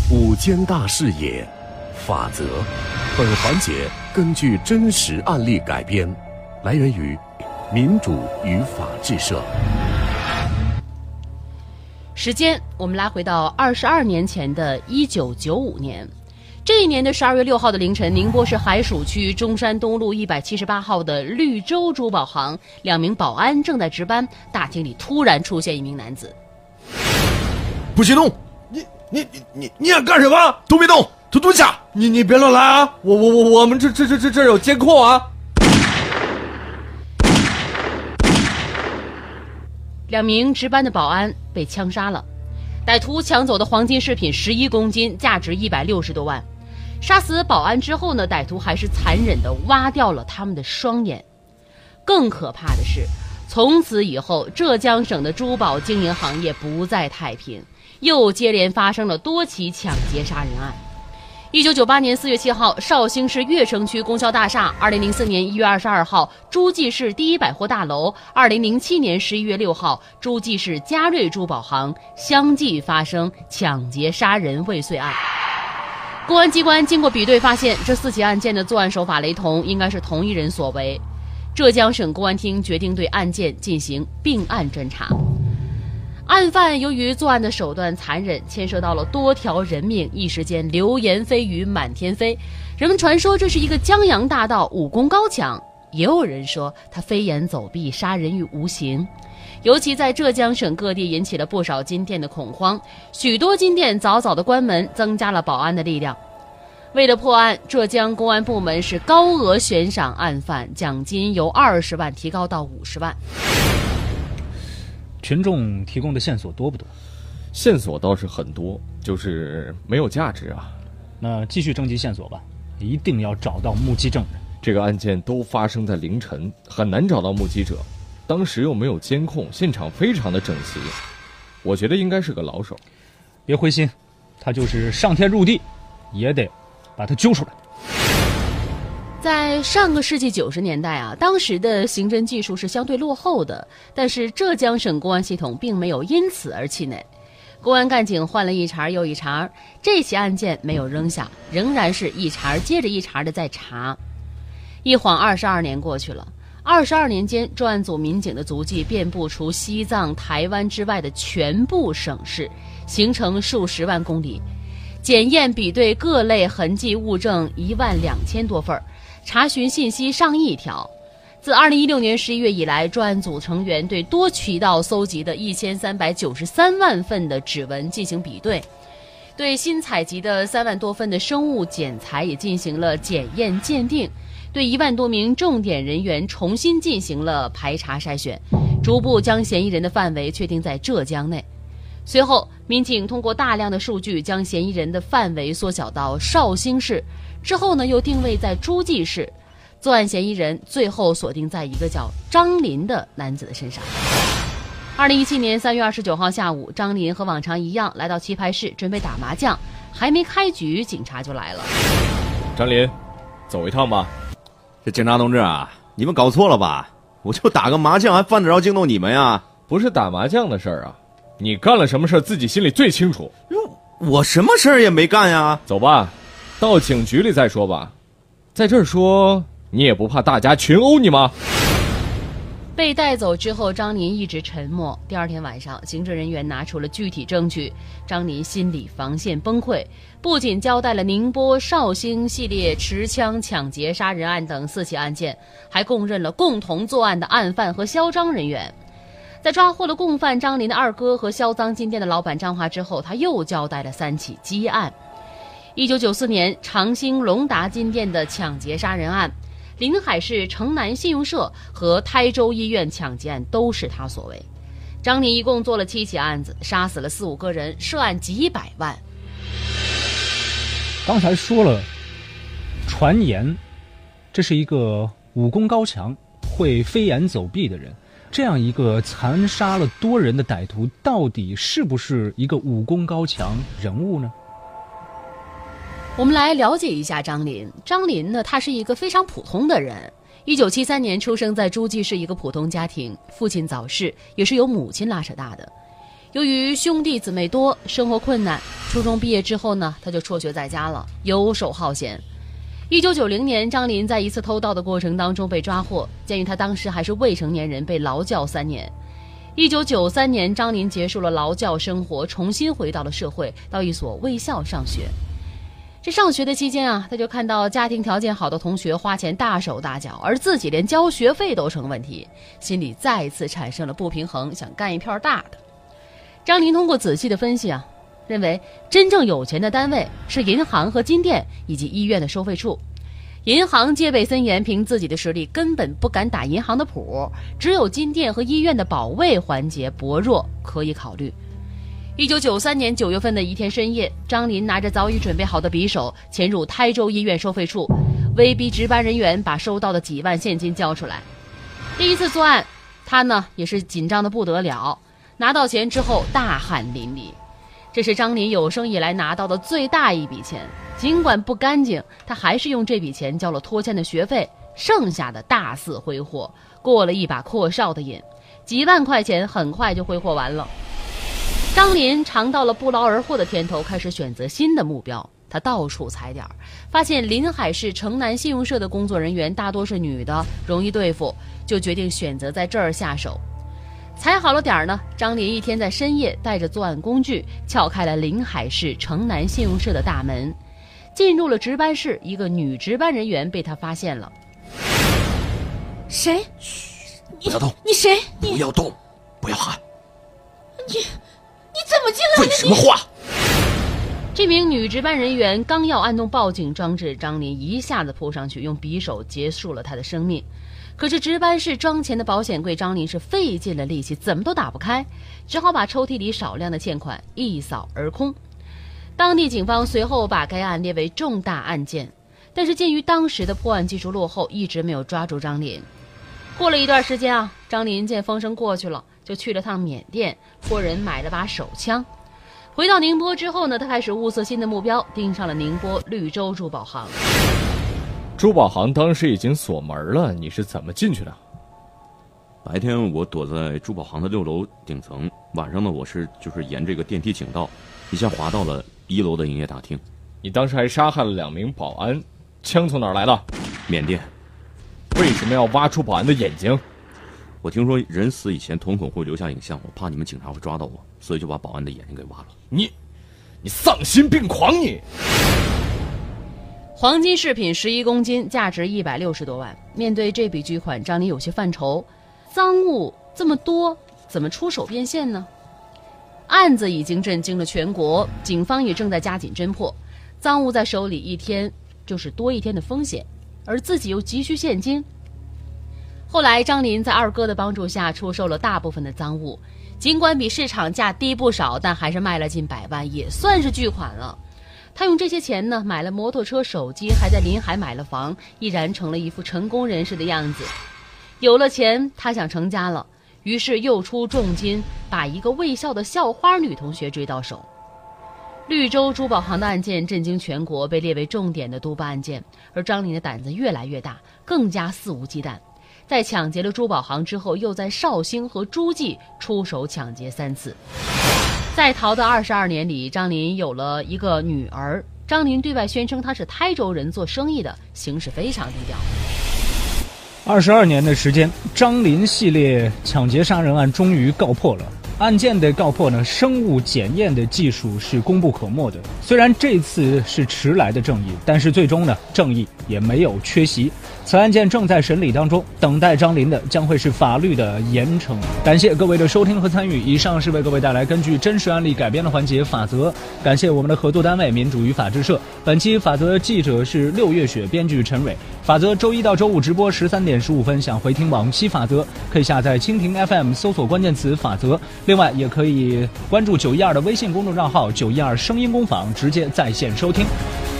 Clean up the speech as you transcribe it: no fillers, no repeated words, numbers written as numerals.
五间大视野，法则。本环节根据真实案例改编，来源于民主与法制社。 时间我们拉回到22年前的1995年。这一年的12月6号的凌晨，宁波市海曙区中山东路178号的绿洲珠宝行，2名保安正在值班，大厅里突然出现一名男子。 不许动！你想干什么？都别动，都蹲下！你别乱来啊！我们这有监控啊 ！2名值班的保安被枪杀了，歹徒抢走的黄金饰品11公斤，价值160多万。杀死保安之后呢，歹徒还是残忍地挖掉了他们的双眼。更可怕的是，从此以后，浙江省的珠宝经营行业不再太平，又接连发生了多起抢劫杀人案。1998年4月7号，绍兴市越城区供销大厦；2004年1月22号，诸暨市第一百货大楼；2007年11月6号，诸暨市嘉瑞珠宝行相继发生抢劫杀人未遂案。公安机关经过比对发现，这4起案件的作案手法雷同，应该是同一人所为。浙江省公安厅决定对案件进行并案侦查。案犯由于作案的手段残忍，牵涉到了多条人命，一时间流言蜚语满天飞。人们传说这是一个江洋大盗，武功高强，也有人说他飞檐走壁，杀人于无形。尤其在浙江省各地引起了不少金店的恐慌，许多金店早早的关门，增加了保安的力量。为了破案，浙江公安部门是高额悬赏案犯，奖金由20万提高到50万。 群众提供的线索多不多？ 线索倒是很多，就是没有价值啊。 那继续征集线索吧，一定要找到目击证人。 这个案件都发生在凌晨，很难找到目击者，当时又没有监控，现场非常的整齐，我觉得应该是个老手。 别灰心，他就是上天入地，也得把他揪出来。 在上个世纪90年代啊，当时的刑侦技术是相对落后的，但是浙江省公安系统并没有因此而气馁。公安干警换了一茬又一茬，这起案件没有扔下，仍然是一茬接着一茬的在查。一晃22年过去了，22年间，专案组民警的足迹遍布除西藏、台湾之外的全部省市，行程数十万公里，检验比对各类痕迹物证12000多份，查询信息上亿条。自2016年11月以来，专案组成员对多渠道搜集的1393万份的指纹进行比对，对新采集的3万多份的生物检材也进行了检验鉴定，对1万多名重点人员重新进行了排查筛选，逐步将嫌疑人的范围确定在浙江内。随后，民警通过大量的数据将嫌疑人的范围缩小到绍兴市，之后呢又定位在诸暨市。作案嫌疑人最后锁定在一个叫张林的男子的身上。2017年3月29号下午，张林和往常一样来到棋牌室准备打麻将，还没开局，警察就来了。 张林，走一趟吧。 这警察同志啊，你们搞错了吧？我就打个麻将，还犯得着惊动你们呀？ 不是打麻将的事儿啊，你干了什么事儿自己心里最清楚。 我什么事儿也没干呀。 走吧，到警局里再说吧。在这儿说，你也不怕大家群殴你吗？ 被带走之后，张林一直沉默。第二天晚上，刑侦人员拿出了具体证据，张林心理防线崩溃，不仅交代了宁波、绍兴系列持枪抢劫杀人案等4起案件，还供认了共同作案的案犯和销赃人员。在抓获了共犯张林的二哥和销赃金店的老板张华之后，他又交代了3起积案。1994年，长兴龙达金店的抢劫杀人案，临海市城南信用社和台州医院抢劫案都是他所为。张林一共做了7起案子，杀死了4、5个人，涉案几百万。 刚才说了，传言这是一个武功高强、会飞檐走壁的人。这样一个残杀了多人的歹徒，到底是不是一个武功高强人物呢？ 我们来了解一下张林。张林呢，他是一个非常普通的人。1973年出生在诸暨市一个普通家庭，父亲早逝，也是由母亲拉扯大的。 由于兄弟姊妹多，生活困难，初中毕业之后呢，他就辍学在家了，游手好闲。1990年，张林在一次偷盗的过程当中被抓获，鉴于他当时还是未成年人，被劳教3年。1993年，张林结束了劳教生活，重新回到了社会，到一所卫校上学。这上学的期间啊，他就看到家庭条件好的同学花钱大手大脚，而自己连交学费都成问题，心里再次产生了不平衡，想干一片大的。张林通过仔细的分析啊，认为真正有钱的单位是银行和金店以及医院的收费处。银行戒备森严，凭自己的实力根本不敢打银行的谱，只有金店和医院的保卫环节薄弱，可以考虑。1993年9月份的一天深夜，张林拿着早已准备好的匕首潜入台州医院收费处，威逼值班人员把收到的几万现金交出来。第一次作案，他呢也是紧张的不得了，拿到钱之后大汗淋漓。这是张林有生以来拿到的最大一笔钱，尽管不干净，他还是用这笔钱交了拖欠的学费，剩下的大肆挥霍，过了一把阔少的瘾，几万块钱很快就挥霍完了。张林尝到了不劳而获的甜头，开始选择新的目标。他到处踩点，发现临海市城南信用社的工作人员大多是女的，容易对付，就决定选择在这儿下手。踩好了点呢，张林一天在深夜带着作案工具撬开了临海市城南信用社的大门，进入了值班室，一个女值班人员被他发现了。 谁？ 不要动！ 你谁？ 不要动！不要喊！ 你怎么进来的？ 废什么话！ 这名女值班人员刚要按动报警装置，张林一下子扑上去，用匕首结束了他的生命。可是值班室装钱的保险柜，张林是费尽了力气，怎么都打不开，只好把抽屉里少量的欠款一扫而空。当地警方随后把该案列为重大案件，但是鉴于当时的破案技术落后，一直没有抓住张林。过了一段时间啊，张林见风声过去了，就去了趟缅甸，托人买了把手枪。回到宁波之后呢，他开始物色新的目标，盯上了宁波绿洲珠宝行。 珠宝行当时已经锁门了，你是怎么进去的？ 白天我躲在珠宝行的6楼顶层，晚上呢我是沿这个电梯井道，一下滑到了1楼的营业大厅。 你当时还杀害了2名保安，枪从哪儿来的？ 缅甸。 为什么要挖出保安的眼睛？ 我听说人死以前瞳孔会留下影像，我怕你们警察会抓到我，所以就把保安的眼睛给挖了。 你丧心病狂！你黄金饰品11公斤，价值160多万。面对这笔巨款，张林有些犯愁，赃物这么多，怎么出手变现呢？案子已经震惊了全国，警方也正在加紧侦破。赃物在手里一天就是多一天的风险，而自己又急需现金。后来张林在二哥的帮助下出售了大部分的赃物，尽管比市场价低不少，但还是卖了近100万，也算是巨款了。他用这些钱呢，买了摩托车、手机，还在临海买了房，毅然成了一副成功人士的样子。有了钱，他想成家了，于是又出重金把一个卫校的校花女同学追到手。绿洲珠宝行的案件震惊全国，被列为重点的督办案件。而张林的胆子越来越大，更加肆无忌惮。在抢劫了珠宝行之后，又在绍兴和诸暨出手抢劫3次。在逃的22年里，张林有了一个女儿。张林对外宣称他是台州人，做生意的，行事非常低调。 22年的时间，张林系列抢劫杀人案终于告破了。案件的告破呢，生物检验的技术是功不可没的。虽然这次是迟来的正义，但是最终呢，正义也没有缺席。此案件正在审理当中，等待张林的将会是法律的严惩。感谢各位的收听和参与，以上是为各位带来根据真实案例改编的环节法则。感谢我们的合作单位民主与法制社。本期法则记者是6月雪，编剧陈蕊。法则周一到周五直播13点15分，想回听往期法则，可以下载蜻蜓 FM 搜索关键词法则。另外也可以关注912的微信公众账号912声音工坊，直接在线收听。